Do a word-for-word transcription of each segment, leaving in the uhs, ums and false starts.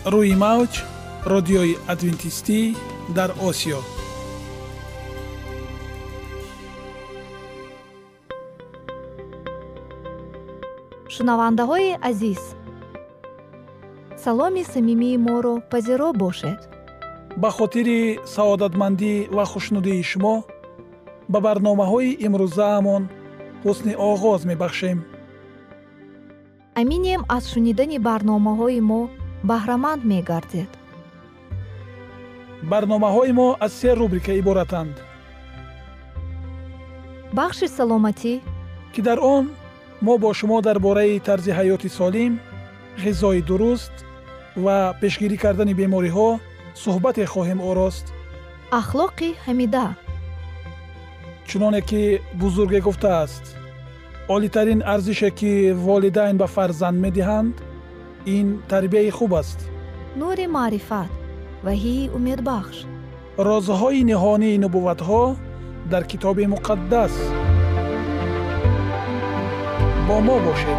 روی موج رادیوی ادوینتیستی در آسیا. шунавандаҳои азиз, саломи самимии моро пазиро бошед. ба хотири саодатмандӣ ва хушнудии шумо ба барномаҳои имрӯзаамон ҳусни оғоз мебахшем. аминем аз шунидани барномаҳои мо баҳраманд мегардед. барномаҳои мо аз се рубрика иборатанд. бахши саломатӣ ки дар он мо бо шумо дар бораи тарзи ҳаёти солим, ғизои дуруст ва пешгирӣ кардани бемориҳо суҳбате хоҳем орост. ахлоқи ҳамида. чуноне ки бузурге гуфтааст, олитарин арзише ки волидайн ба фарзанд медиҳанд, ин тарбияи хуб аст. нури маърифат, ваҳии умедбахш. розҳои ниҳонии нубувватҳо дар китоби муқаддас. با ما باشید.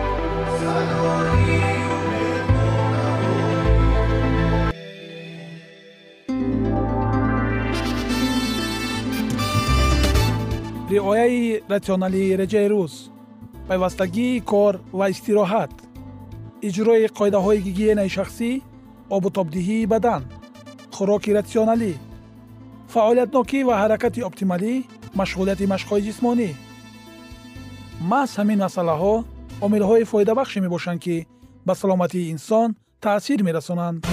رعایت راسیونالی رجای روز، پیوستگی کار و استراحت، اجرای قاعده‌های گیگین شخصی، آب و تابدهی بدن، خوراک راسیونالی، فعالیت نوکی و حرکت اپتیمالی، مشغولیت مشق‌های جسمانی. محض همین مسئله‌ها عامل‌های فایده بخش می‌باشند که به سلامتی انسان تأثیر می‌رسانند.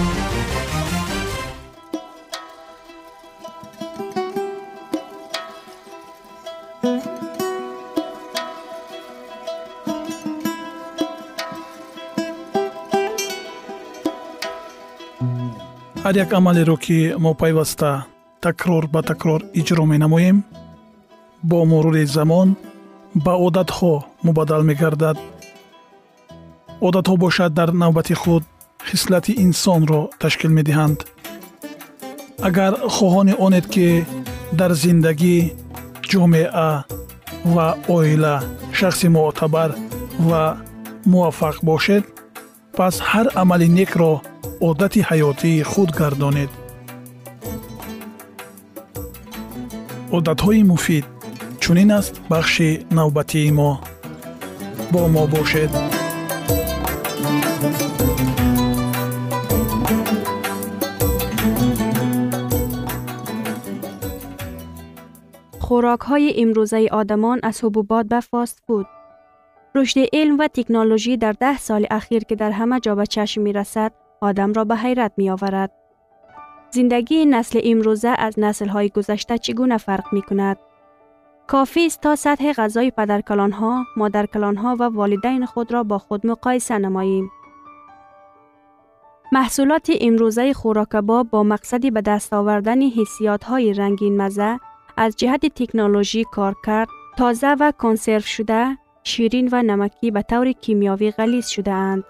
هر یک عملی رو که ما پیوسته تکرار به تکرار اجرا می‌نماییم، با مرور زمان با عادت‌ها مبادل می‌گردد. عادت‌ها باشد در نوبت خود خصلت انسان را تشکیل می‌دهند. اگر خواهان آنید که در زندگی، جامعه و عائله شخص معتبر و موفق باشد، پس هر عمل نیک را عادت حیاتی خود گردانید. عادت‌های مفید چونین است بخش نوبتی ما. با ما باشد. خوراک‌های امروزه آدمان از حبوبات به فاست فود. رشد علم و تکنولوژی در ده سال اخیر که در همه جا به چشم می‌رسد، آدم را به حیرت می‌آورد. زندگی نسل امروزه از نسل‌های گذشته چگونه فرق می‌کند؟ کافی است تا سطح غذای پدرکلان‌ها، مادرکلان‌ها و والدین خود را با خود مقایسه نماییم. محصولات امروزه خوراک کباب با مقصدی به دست آوردن حسیات‌های رنگین مزه از جهت تکنولوژی کار کرد، تازه و کنسرو شده، شیرین و نمکی به طور کیمیاوی غلیظ شده اند.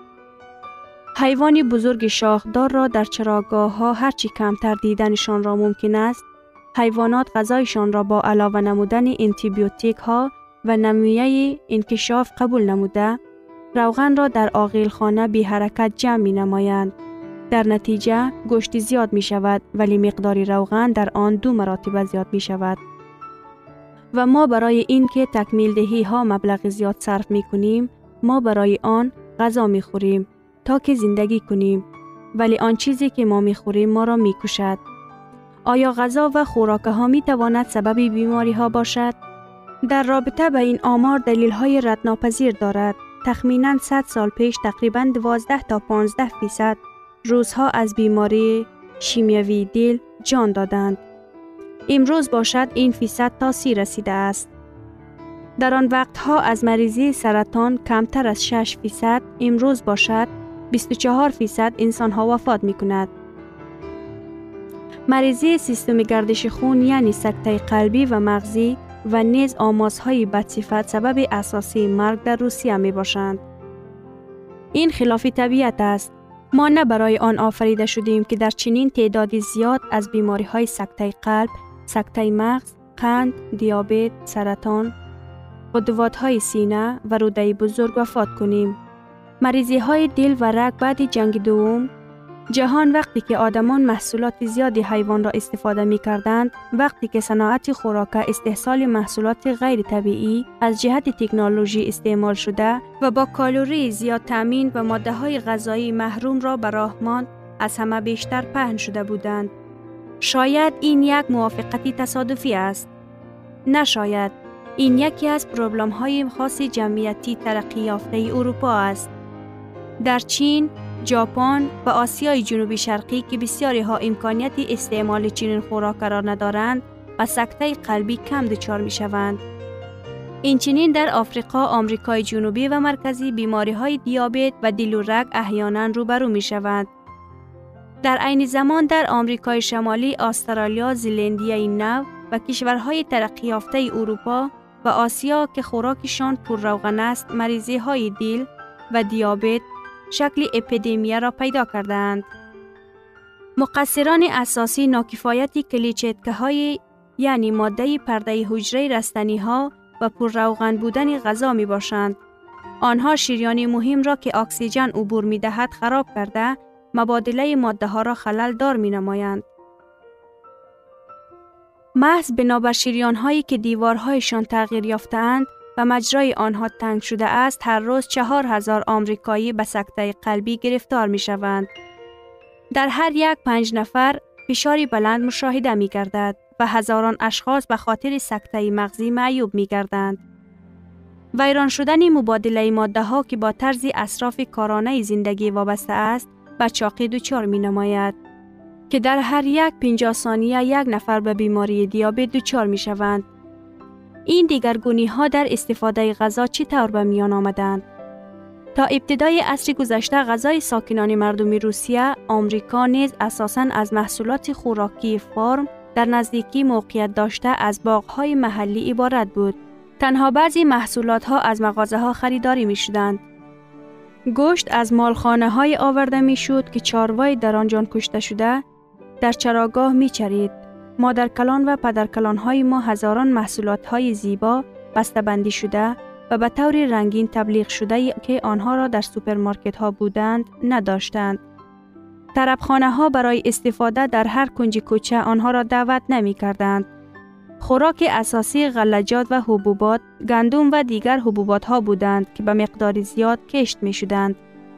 حیوان بزرگ شاخدار را در چراگاه‌ها هرچی کمتر دیدنشان را ممکن است، حیوانات غذایشان را با علاوه نمودن انتیبیوتیک ها و نمویه انکشاف قبول نموده، روغن را در آغیلخانه بی حرکت جمع می نمایند. در نتیجه گوشت زیاد می شود ولی مقدار روغن در آن دو مراتب زیاد می شود. و ما برای این که تکمیل دهی ها مبلغ زیاد صرف می کنیم، ما برای آن غذا می خوریم تا که زندگی کنیم، ولی آن چیزی که ما می خوریم ما را می کشد. آیا غذا و خوراک ها می تواند سبب بیماری ها باشد؟ در رابطه با این آمار دلیل های ردناپذیر دارد. تخمیناً صد سال پیش تقریباً دوازده تا پانزده فیصد روزها از بیماری شیمیایی دل جان دادند. امروز باشد این فیصد تا سی رسیده است. در آن وقتها از مریضی سرطان کمتر از شش فیصد، امروز باشد بیست و چهار فیصد انسان ها وفات می کند. مریضی سیستم گردش خون یعنی سکته قلبی و مغزی و نیز آمازهای بدصفت سبب اساسی مرگ در روسیه می باشند. این خلاف طبیعت است. ما نه برای آن آفریده شدیم که در چنین تعدادی زیاد از بیماری های سکته قلب، سکته مغز، قند، دیابت، سرطان، غدوات های سینه و روده بزرگ وفات کنیم. مریضی های دل و رگ بعد جنگ دوم جهان وقتی که آدمان محصولات زیادی حیوان را استفاده می کردند، وقتی که صنعت خوراک استحصال محصولات غیر طبیعی از جهت تکنولوژی استعمال شده و با کالری زیاد تامین و ماده های غذایی محروم را به راه ماند، از همه بیشتر پهن شده بودند. شاید این یک موافقتی تصادفی است. نه شاید. این یکی از پروبلم های خاص جمعیتی ترقی یافته اروپا است. در چین، ژاپن و آسیای جنوبی شرقی که بسیاری ها امکانیت استعمال چنین خوراک را ندارند و سکته قلبی کم دچار می شوند. این چنین در آفریقا، آمریکای جنوبی و مرکزی بیماری های دیابت و دل و رگ احیانا روبرو می شوند. در عین زمان در آمریکای شمالی، استرالیا، زلندیای نو و کشورهای ترقی یافته اروپا و آسیا که خوراکشان پرروغن است، مریضی های دل و دیابت شکل اپیدمی را پیدا کردند. مقصران اساسی ناکفایت کلیچتکه های یعنی ماده پرده حجره رستنی ها و پرروغن بودن غذا می باشند. آنها شریان مهم را که اکسیژن عبور می دهد خراب کرده، مبادله ماده ها را خلل دار می نمایند. محض بنابر شریان هایی که دیوارهایشان تغییر یافته‌اند و مجرای آنها تنگ شده است، هر روز چهار هزار آمریکایی به سکته قلبی گرفتار می شوند. در هر یک پنج نفر فشاری بلند مشاهده می گردد و هزاران اشخاص به خاطر سکته مغزی معیوب می گردند. ویران شدن مبادله ماده ها که با طرز اصراف کارانه زندگی وابسته است، به چاقی دچار می نماید که در هر یک پنجاه ثانیه یک نفر به بیماری دیابت دچار می شوند. این دیگرگونی ها در استفاده غذا چی طور به میان آمدند؟ تا ابتدای عصر گذشته غذای ساکنان مردم روسیه، آمریکا نیز اساساً از محصولات خوراکی فارم در نزدیکی موقعیت داشته از باغ‌های محلی عبارت بود. تنها بعضی محصولات ها از مغازه‌ها خریداری می شدند. گوشت از مالخانه های آورده می شد که چاروای در آنجا کشته شده در چراگاه می چرید. مادرکلان و پدرکلان های ما هزاران محصولات های زیبا بسته‌بندی شده و به طور رنگین تبلیغ شده که آنها را در سوپرمارکت ها بودند نداشتند. طربخانه ها برای استفاده در هر کنج کوچه آنها را دعوت نمی کردند. خوراک اساسی غلجات و حبوبات، گندم و دیگر حبوبات ها بودند که به مقدار زیاد کشت می شدند.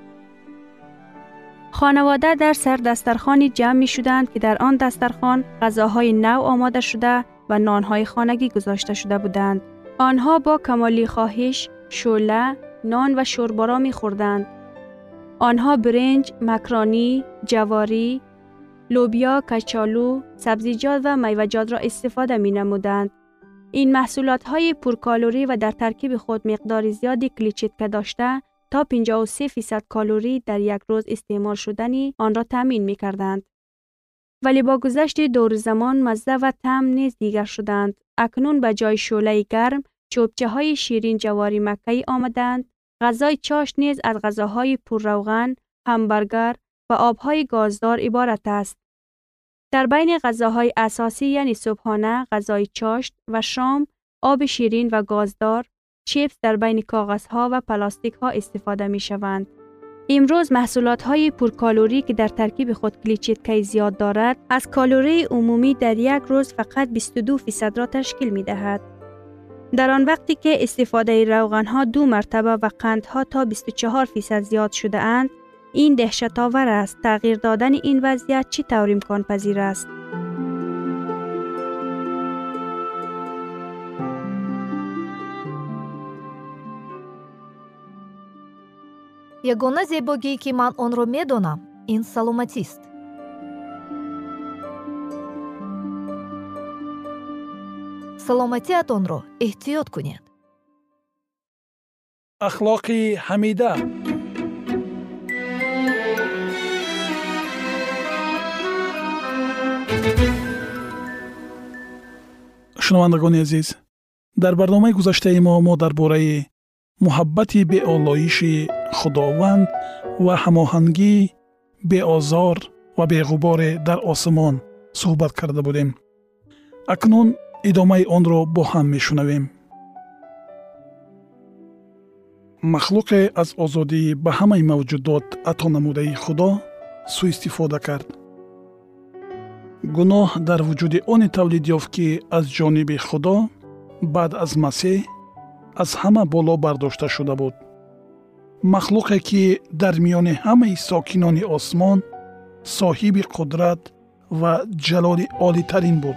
خانواده در سر دسترخوانی جمع می شدند که در آن دسترخوان غذاهای نو آماده شده و نانهای خانگی گذاشته شده بودند. آنها با کمالی خواهش، شوله، نان و شوربا را می خوردند. آنها برنج، مکرانی، جواری، لوبیا، کچالو، سبزیجات و میوه‌جات را استفاده می نمودند. این محصولات های پرکالری و در ترکیب خود مقدار زیادی کلیچتکه داشته تا پنجاه و سه فیصد کالری در یک روز استعمال شدنی آن را تامین می کردند. ولی با گذشت دور زمان مزه و طعم نیز دیگر شدند. اکنون به جای شعله گرم چوبچه های شیرین جواری مکه‌ای آمدند. غذای چاشت نیز از غذاهای پرروغن، همبرگر و آبهای گازدار عبارت است. در بین غذاهای اساسی یعنی صبحانه، غذای چاشت و شام، آب شیرین و گازدار، چیپس در بین کاغذها و پلاستیک ها استفاده می شوند. امروز محصولات های پرکالری که در ترکیب خود کلیچتکه زیاد دارد، از کالری عمومی در یک روز فقط بیست و دو فیصد را تشکیل می دهد. در آن وقتی که استفاده روغن ها دو مرتبه و قندها تا بیست و چهار فیصد زیاد شده اند، این دهشت‌آور است. تغییر دادن این وضعیت چی طور امکان پذیر است؟ ягона зебогие ки ман онро медонам ин саломатист. саломатиатонро эҳтиёт кунед. اخلاقی حمیده. шунавандагони азиз, дар барномаи гузаштаи мо мо дар бораи муҳаббати беолоиши худованд ва ҳамоҳангии беозор ва беғуборе дар осмон суҳбат карда будем. акнун идомаи онро бо ҳам мешунавем. махлуқе аз озодӣ ба ҳамаи мавҷудот ато намудаи худо سوءاستفاده کرد. گناه در وجود آن تولید یافت که از جانب خدا بعد از مسیح از همه بالا برداشته شده بود. مخلوقی که در میان همه ساکنان آسمان صاحب قدرت و جلال عالی ترین بود.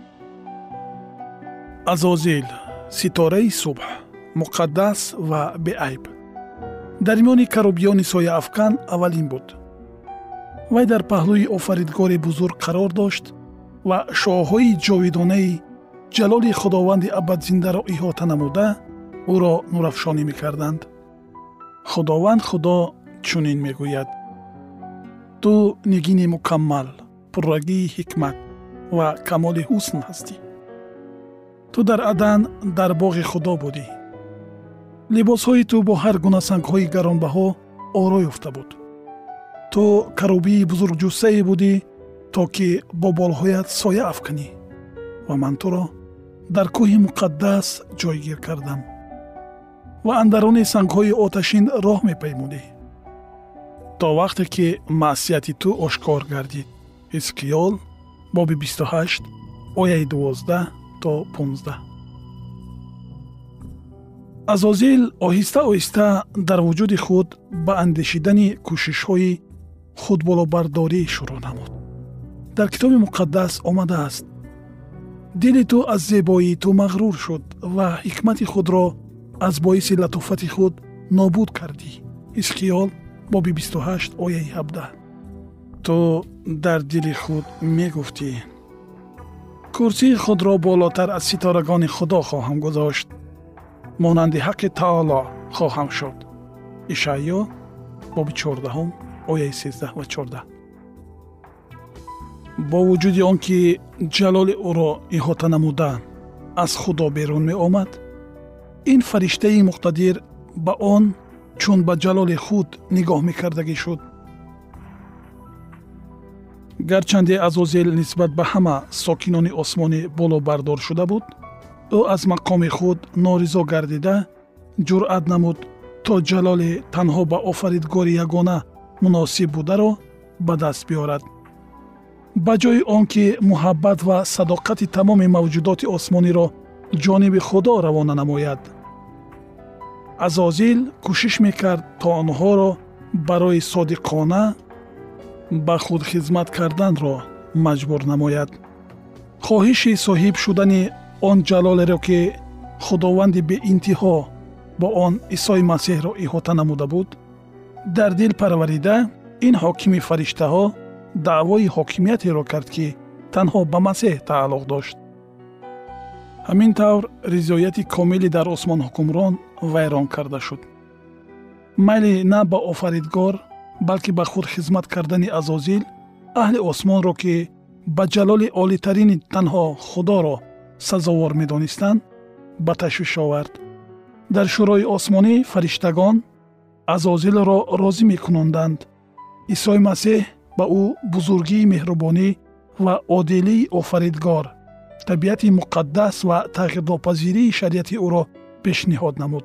عزازیل، ستاره صبح، مقدس و بی‌عیب، در میان کروبیان سایه افکن اولین بود. وی در پهلوی آفریدگار بزرگ قرار داشت و شعاعهای جاودانه جلال خداوند ابدزنده را احاطه نموده او را نورافشانی می‌کردند. خداوند خدا چنین میگوید: تو نگین مکمل، پررگی حکمت و کمال حسن هستی. تو در عدن در باغ خدا بودی. لباسهای تو با هر گونه سنگ‌های گرانبها آرای یافته بود. تو کروبی بزرگ جثه‌ای بودی تا که با بالهایت سایه افکنی و من تو را در کوه مقدس جایگیر کردم و اندرون سنگ‌های آتشین راه می‌پیمودی تا وقتی که معصیت تو آشکار گردید. حزقیال باب بیست و هشت آیه دوازده تا پانزده. عزازیل آهسته آهسته در وجود خود به اندیشیدن کوشش‌های خودبالابرداری شروع نمود. در کتاب مقدس آمده است: دل تو از زیبایی تو مغرور شد و حکمت خود را از باعث لطافت خود نابود کردی. حزقیال باب بیست و هشت آیه هفده. تو در دل خود می گفتی: کرسی خود را بالاتر از ستارگان خدا خواهم گذاشت، مانند حق تعالی خواهم شد. اشعیا باب چهارده آیه سیزده و چهارده. با وجود آنکه جلال او را احاطه نموده از خدا بیرون می آمد، این فرشته مقتدر به آن چون به جلال خود نگاه می کردگی شد. گرچنده عزازیل نسبت به همه ساکنان آسمان بالا بردار شده بود، او از مقام خود نارضا گردیده جرأت نمود تا جلال تنها به آفریدگار یگانه مناسب بوده را به دست بیارد. به جای آنکه محبت و صداقت تمام موجودات آسمانی را جانب خدا روانه نماید، عزازیل کوشش میکرد تا آنها را برای صادقانه به خود خدمت کردن را مجبور نماید. خواهش صاحب شدن آن جلال را که خداوند به انتها با آن عیسی مسیح را احاطه نموده بود در دل پروریده، این حاکم فرشته ها دعوای حاکمیتی را کرد که تنها به مسیح تعلق داشت. همین طور رضایت کاملی در آسمان حکمران ویران کرده شد. میل نه به آفریدگار بلکه به خود خدمت کردن عزازیل اهل آسمان را که به جلال عالی ترین تنها خدا را سزاوار می دانستند به تشویش آورد. در شورای آسمانی فرشتگان عزازیل را راضی می کنندند. عیسی مسیح به او بزرگی مهربانی و عادلی آفریدگار، طبیعت مقدس و تغییرناپذیری شریعت او را پیشنهاد نمود.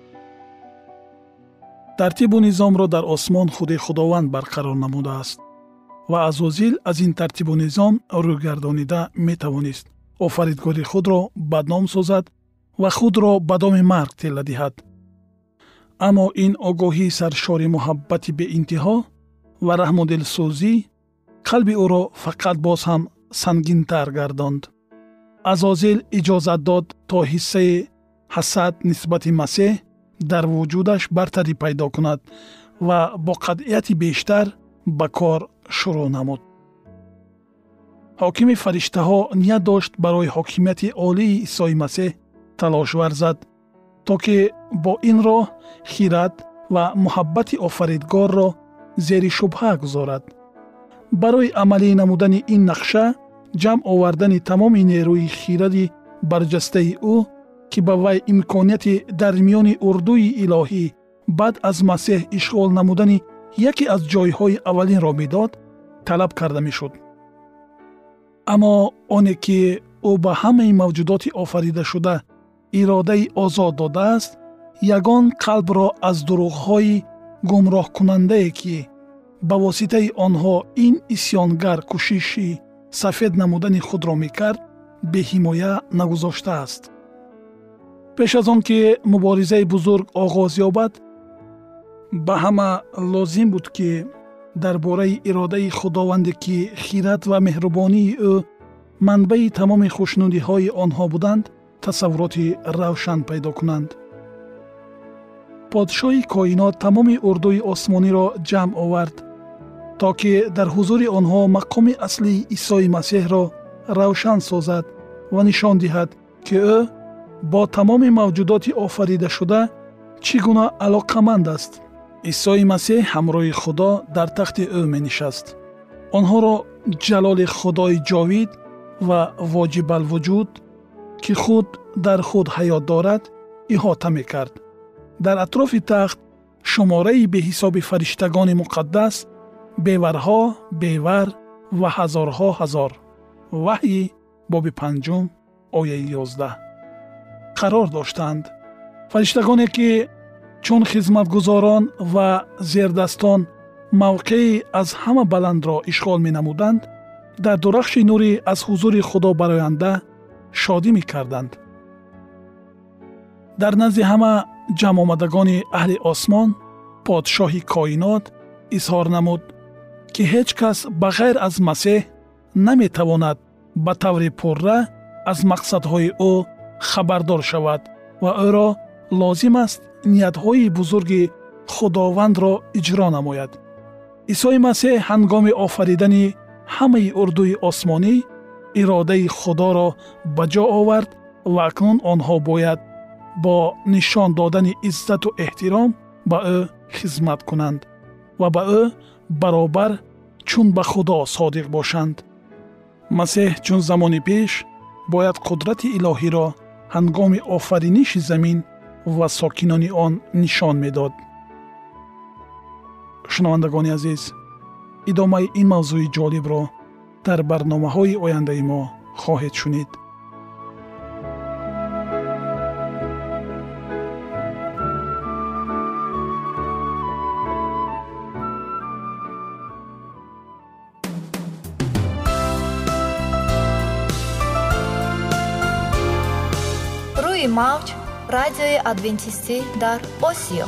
ترتیب و نظام را در آسمان خود خداوند برقرار نموده است و عزازیل از این ترتیب و نظام روگردانیده می توانست آفریدگار خود را بدنام سازد و خود را به دام مرگ تله دهد. اما این آگاهی سرشار محبت به انتها و رحم و دلسوزی قلب او را فقط باز هم سنگین تر گرداند. عزازیل اجازت داد تا حصه حسد نسبت مسیح در وجودش برتری پیدا کند و با قطعیت بیشتر به کار شروع نمود. حاکم فرشته ها نیت داشت برای حاکمیت عالی عیسی مسیح تلاش ورزد تا که با این راه خیرت و محبت آفریدگار را زیر شبهه گذارد. برای عملی نمودن این نقشه جمع آوردن تمام نیروی خیرت برجسته او که به وی امکانیت در میان اردوی الهی بعد از مسیح اشغال نمودن یکی از جایهای اولین را میداد طلب کرده میشد. اما آنی که او به همه موجودات آفریده شده اراده آزاد داده است، یگان قلب را از دروغ‌های گمراه کننده که ба воситаи онҳо ин исьёнгар кӯшиши сафед намудани худро мекард, беҳимоя нагузоштааст. пеш аз он ки муборизаи бузург оғоз ёбад, ба ҳама лозим буд ки дар бораи иродаи худованде ки хират ва меҳрубонии ӯ манбаи тамоми хушнудиҳои онҳо буданд, тасаввуроти равшан пайдо кунанд. подшоҳи коинот тамоми урдуи осмониро ҷамъ овард, то ки дар ҳузури онҳо мақоми аслии Исои Масеҳро равшан созад ва нишон диҳад, ки ӯ бо тамоми мавҷудоти офаридашуда чӣ гуна алоқаманд аст. исои Масеҳ ҳамроҳи Худо дар тахти ӯ менишаст. онҳоро ҷалоли Худои ҷовид ва воҷибалвуҷуд, ки худ дар худ ҳаёт дорад, иҳота мекард. дар атрофи тахт шумораи беҳисоби фариштагони муқаддас, беварҳо бевар ва ҳазорҳо ҳазор. ваҳйи боби панҷум ояи ёздаҳ қарор доштанд. фариштагоне ки чун хизматгузорон ва зердастон мавқеи аз ҳама баландро ишғол менамуданд, дар дурахши нурӣ аз ҳузури Худо бароянда шодӣ мекарданд. дар назди ҳама ҷамъомадагони аҳли осмон, подшоҳи коинот изҳор намуд, ки ҳеҷ кас ба ғайр аз Масеҳ наметавонад ба таври пурра аз мақсадҳои ӯ хабардор шавад ва ӯро лозим аст ниятҳои бузурги Худовандро иҷро намояд. исои Масеҳ ҳангоми офаридани ҳамаи урдуи осмонӣ иродаи Худоро ба ҷо овард ва акнун онҳо бояд бо нишон додани иззату эҳтиром ба ӯ хизмат кунанд ва ба ӯ баробар чун ба Худо содиқ бошанд. Масеҳ чун замони пеш бояд қудрати илоҳиро ҳангоми офариниши замин ва сокинони он нишон медод. шунавандагони азиз, идомаи ин мавзӯи ҷолибро дар барномаҳои ояндаи мо хоҳед шунид. рӯи мавҷ радиои адвентистӣ дар Осиё.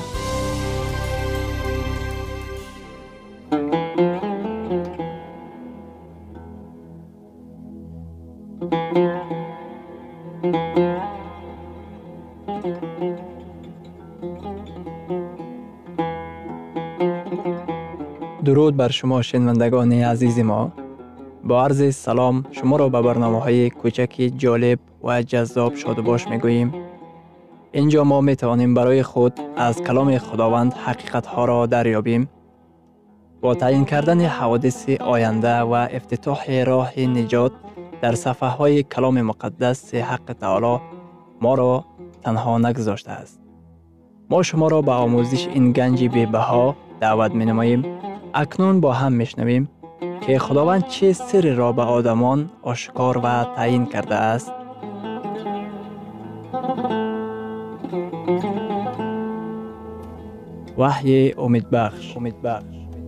درود بر شما شنوندگان عزیز ما. با عرض سلام شما را به برنامه‌های کوچکی جالب و جذاب شادباش می‌گوییم. اینجا ما می‌توانیم برای خود از کلام خداوند حقیقت‌ها را دریابیم. با تعیین کردن حوادث آینده و افتتاح راه نجات در صفحه‌های کلام مقدس حق تعالی ما را تنها نگذاشته است. ما شما را به آموزش این گنج بی‌بها دعوت می‌نماییم. اکنون با هم میشنویم که خداوند چه سری را به آدمان آشکار و تعیین کرده است. وحی امیدبخش. امیدبخش.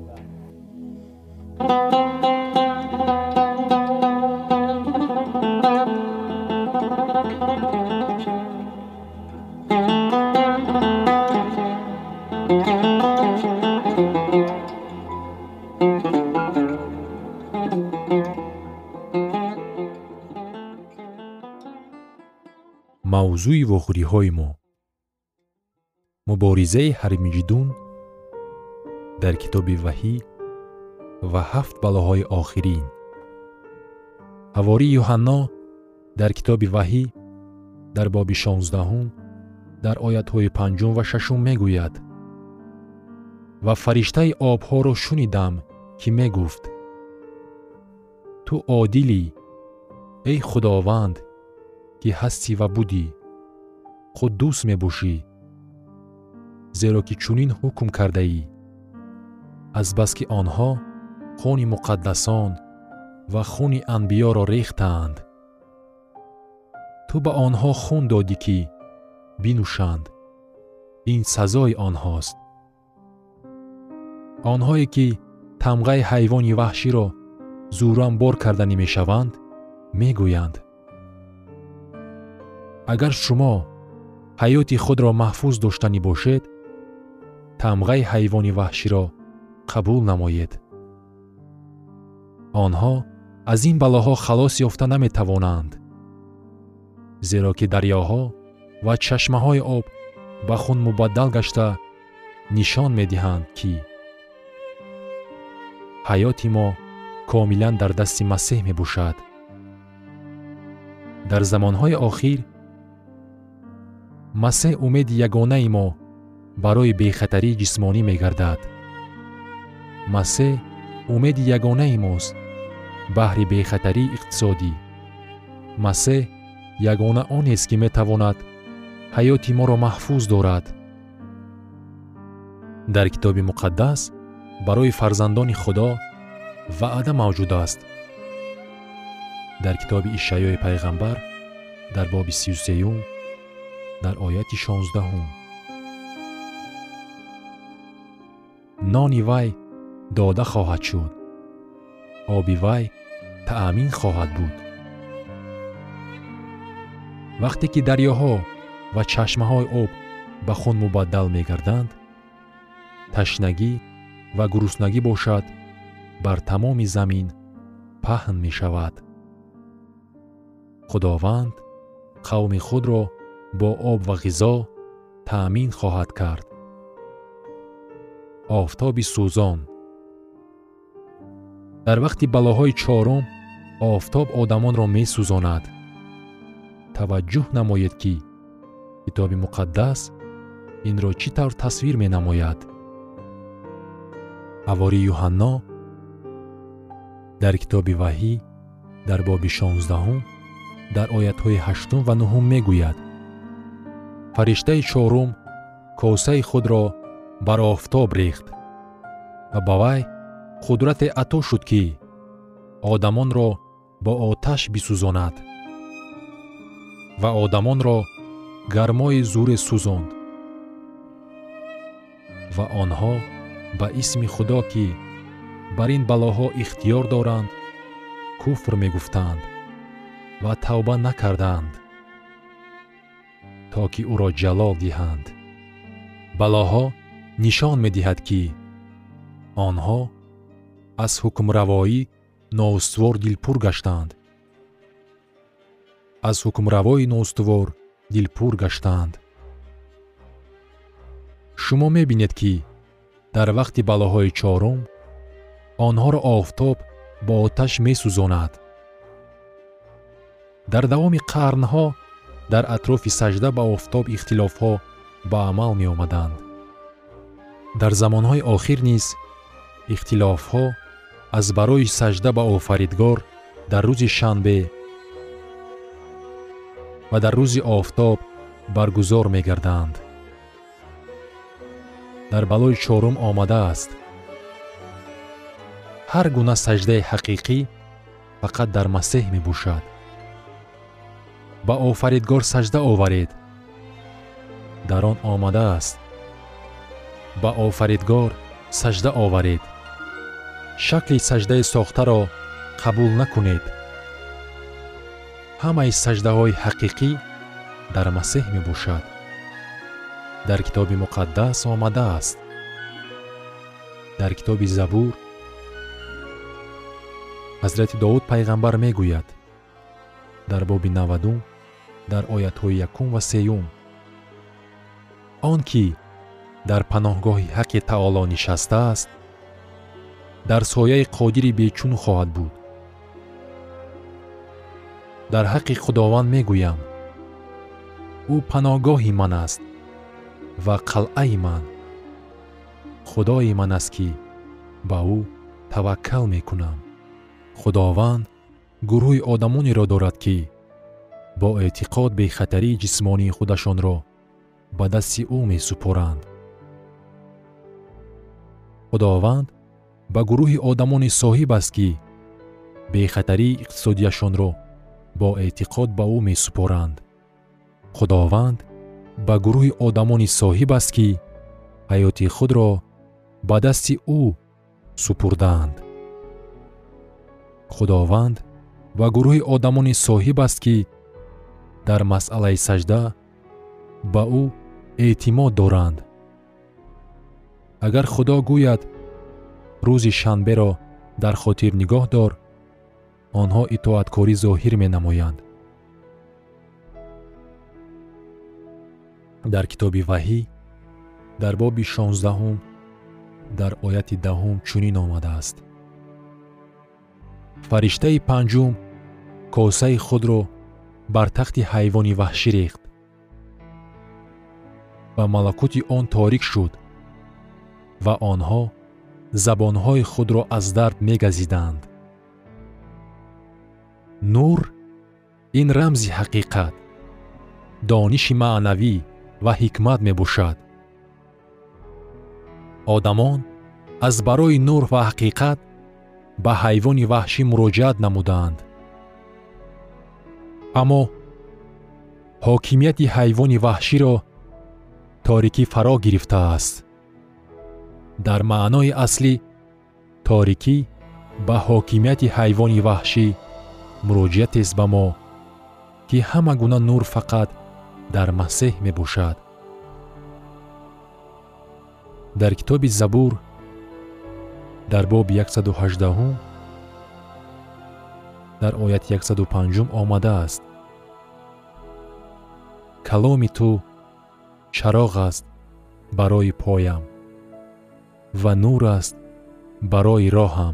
мавзӯи вохӯриҳои мо муборизаи ҳармиҷидун дар китоби ваҳӣ ва ҳафт балоҳои охирин. ҳавории Юҳанно дар китоби ваҳӣ дар боби шонздаҳум дар оятҳои панҷум ва шашум мегӯяд: ва фариштаи обҳоро шунидам, ки мегуфт: ту одилӣ, эй худованд, ки ҳастӣ ва будӣ, қуддус мебошӣ, зеро ки чунин ҳукм кардаӣ, азбаски онҳо хуни муқаддасон ва хуни анбиёро рехтаанд. ту ба онҳо хун додӣ, ки бинӯшанд, ин сазои онҳост. онҳое ки тамғаи ҳайвони ваҳширо зӯран бор карданӣ мешаванд, мегӯянд: агар шумо ҳаёти худро маҳфуз доштанӣ бошед, тамғаи ҳайвони ваҳширо қабул намоед. онҳо аз ин балоҳо халос ёфта наметавонанд, зеро ки дарёҳо ва чашмаҳои об ба хун мубаддал гашта нишон медиҳанд, ки ҳаёти мо комилан дар дасти Масеҳ мебошад. дар замонҳои охир Масеҳ умеди ягонаи мо барои бехатарии ҷисмонӣ мегардад. Масеҳ умеди ягонаи мост баҳри бехатарии иқтисодӣ. Масеҳ ягона онест, ки метавонад ҳаёти моро маҳфуз дорад. дар китоби муқаддас барои фарзандони Худо ваъда мавҷуд аст. дар китоби Ишаъёи пайғамбар дар боби сию сеюм дар ояти шонздаҳум: нони вай дода хоҳад шуд, оби вай таъмин хоҳад буд. вақте ки дарёҳо ва чашмаҳои об ба хун мубаддал мегарданд, ташнагӣ ва гуруснагӣ бошад, бар тамоми замин паҳн мешавад. худованд қавми худро бо об ва ғизо таъмин хоҳад кард. офтоби сӯзон. дар вақти балоҳои чорум офтоб одамонро месӯзонад. таваҷҷӯҳ намоед, ки китоби муқаддас инро чӣ тавр тасвир менамояд. ҳавори Юҳанно дар китоби Ваҳӣ дар боби шонздаҳум дар оятҳои ҳаштум ва нуҳум мегӯяд: фариштаи чорум косаи худро бар офтоб рехт ва ба вай қудрате ато шуд, ки одамонро бо оташ бисӯзонад ва одамонро гармои зӯре сӯзонд. ва онҳо ба исми Худо, ки бар ин балоҳо ихтиёр доранд, куфр мегуфтанд ва тавба накарданд, то ки ӯро ҷалол диҳанд. балоҳо нишон медиҳад, ки онҳо аз ҳукмравоӣ ноустувор дилпур гаштанд. аз ҳукмравои ноустувор дилпур гаштанд. шумо мебинед, ки дар вақти балоҳои чорум онҳоро офтоб бо оташ месӯзонад. дар давоми қарнҳо дар атрофи сажда ба офтоб ихтилофҳо ба амал меомаданд. дар замонҳои охир низ ихтилофҳо аз барои сажда ба офаридгор дар рӯзи шанбе ва дар рӯзи офтоб баргузор мегарданд. дар балои чорум омадааст: ҳар гуна саждаи ҳақиқӣ фақат дар Масеҳ мебошад. ба офаридгор сажда оваред. дар он омадааст: ба офаридгор сажда оваред. шакли саждаи сохтаро қабул накунед. ҳамаи саждаҳои ҳақиқӣ дар Масеҳ мебошад. дар китоби муқаддас омадааст. дар китоби Забур ҳазрати Довуд пайғамбар мегӯяд дар боби навадум дар оятҳои якум ва сеюм: он ки дар паноҳгоҳи ҳаққи таоло нишастааст, дар сояи қодири бечун хоҳад буд. дар ҳаққи Худованд мегӯям: ӯ паноҳгоҳи ман аст ва қалъаи ман. худои ман аст, ки ба ӯ таваккал мекунам. худованд гурӯҳи одамонеро дорад, ки бо эътиқод бехатарии ҷисмонии худашонро ба дасти ӯ месупоранд. худованд ба гурӯҳи одамони соҳиб аст, ки бехатарии иқтисодияшонро бо эътиқод ба ӯ месупоранд. худованд ба гурӯҳи одамони соҳиб аст, ки ҳаёти худро ба дасти ӯ سپردند. خداوند و گروه آدمان صاحب است که در مسئله سجده به او اعتماد دارند. اگر خدا گوید روز شنبه را در خاطر نگاه دار، آنها اطاعتکاری ظاهر می نمایند. در کتاب وحی در باب شانزدهم در آیت دهم چنین آمده است: فرشته پنجم کاسه خود را بر تخت حیوان وحشی ریخت و ملکوت آن تاریک شد و آنها زبانهای خود را از درد می‌گزیدند. نور این رمز حقیقت، دانش معنوی و حکمت میباشد. آدمان از برای نور و حقیقت به حیوان وحشی مراجعت نمودند. اما حاکمیت حیوان وحشی را تاریکی فرا گرفته است. در معنای اصلی تاریکی به حاکمیت حیوان وحشی مراجعت است به ما که همه گونه نور فقط در مسیح می باشد. در کتاب زبور در باب صد و هجده در آیت صد و پنج آمده است: کلام تو چراغ است برای پایم و نور است برای راهم.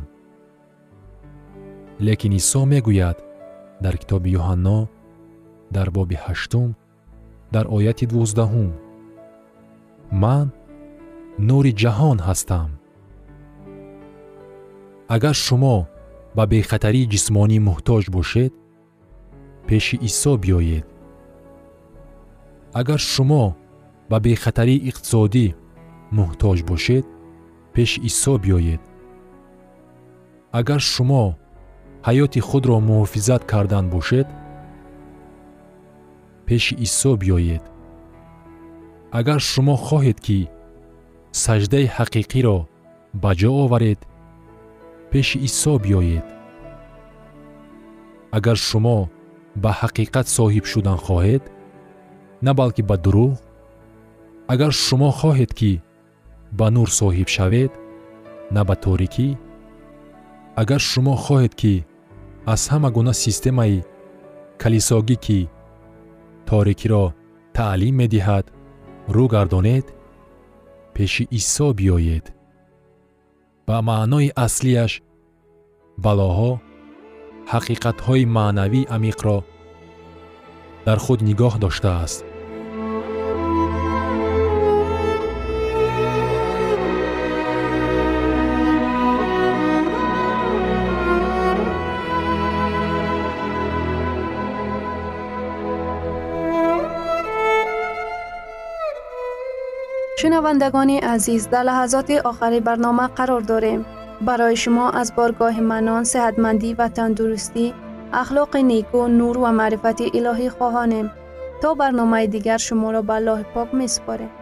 لیکن عیسی می گوید در کتاب یوحنا در باب هشتم در آیت دوازدهم: من نور جهان هستم. اگر شما به بی‌خطری جسمانی محتاج باشید، پیش عیسی بیایید. اگر شما به بی‌خطری اقتصادی محتاج باشید، پیش عیسی بیایید. اگر شما حیات خود را محافظت کردن باشید، پیش عیسی بیایید. اگر شما خواهید که سجده حقیقی را بجا آورید، پیش عیسی بیایید. اگر شما به حقیقت صاحب شدن خواهید، نه بلکه به دروغ، اگر شما خواهید که به نور صاحب شوید، نه به تاریکی، اگر شما خواهید که از همه گونه سیستم کلیساگی که تاریکی را تعلیم می دهد رو گردانید، پیش عیسی بیایید. به معنای اصلیش بلاها، حقیقت‌های معنوی عمیق را در خود نگاه داشته است. شنوندگان عزیز، در لحظات آخری برنامه قرار داریم. برای شما از بارگاه منان، صحتمندی و تندرستی، اخلاق نیکو، نور و معرفت الهی خواهانیم. تا برنامه دیگر شما را به الله پاک می‌سپاریم.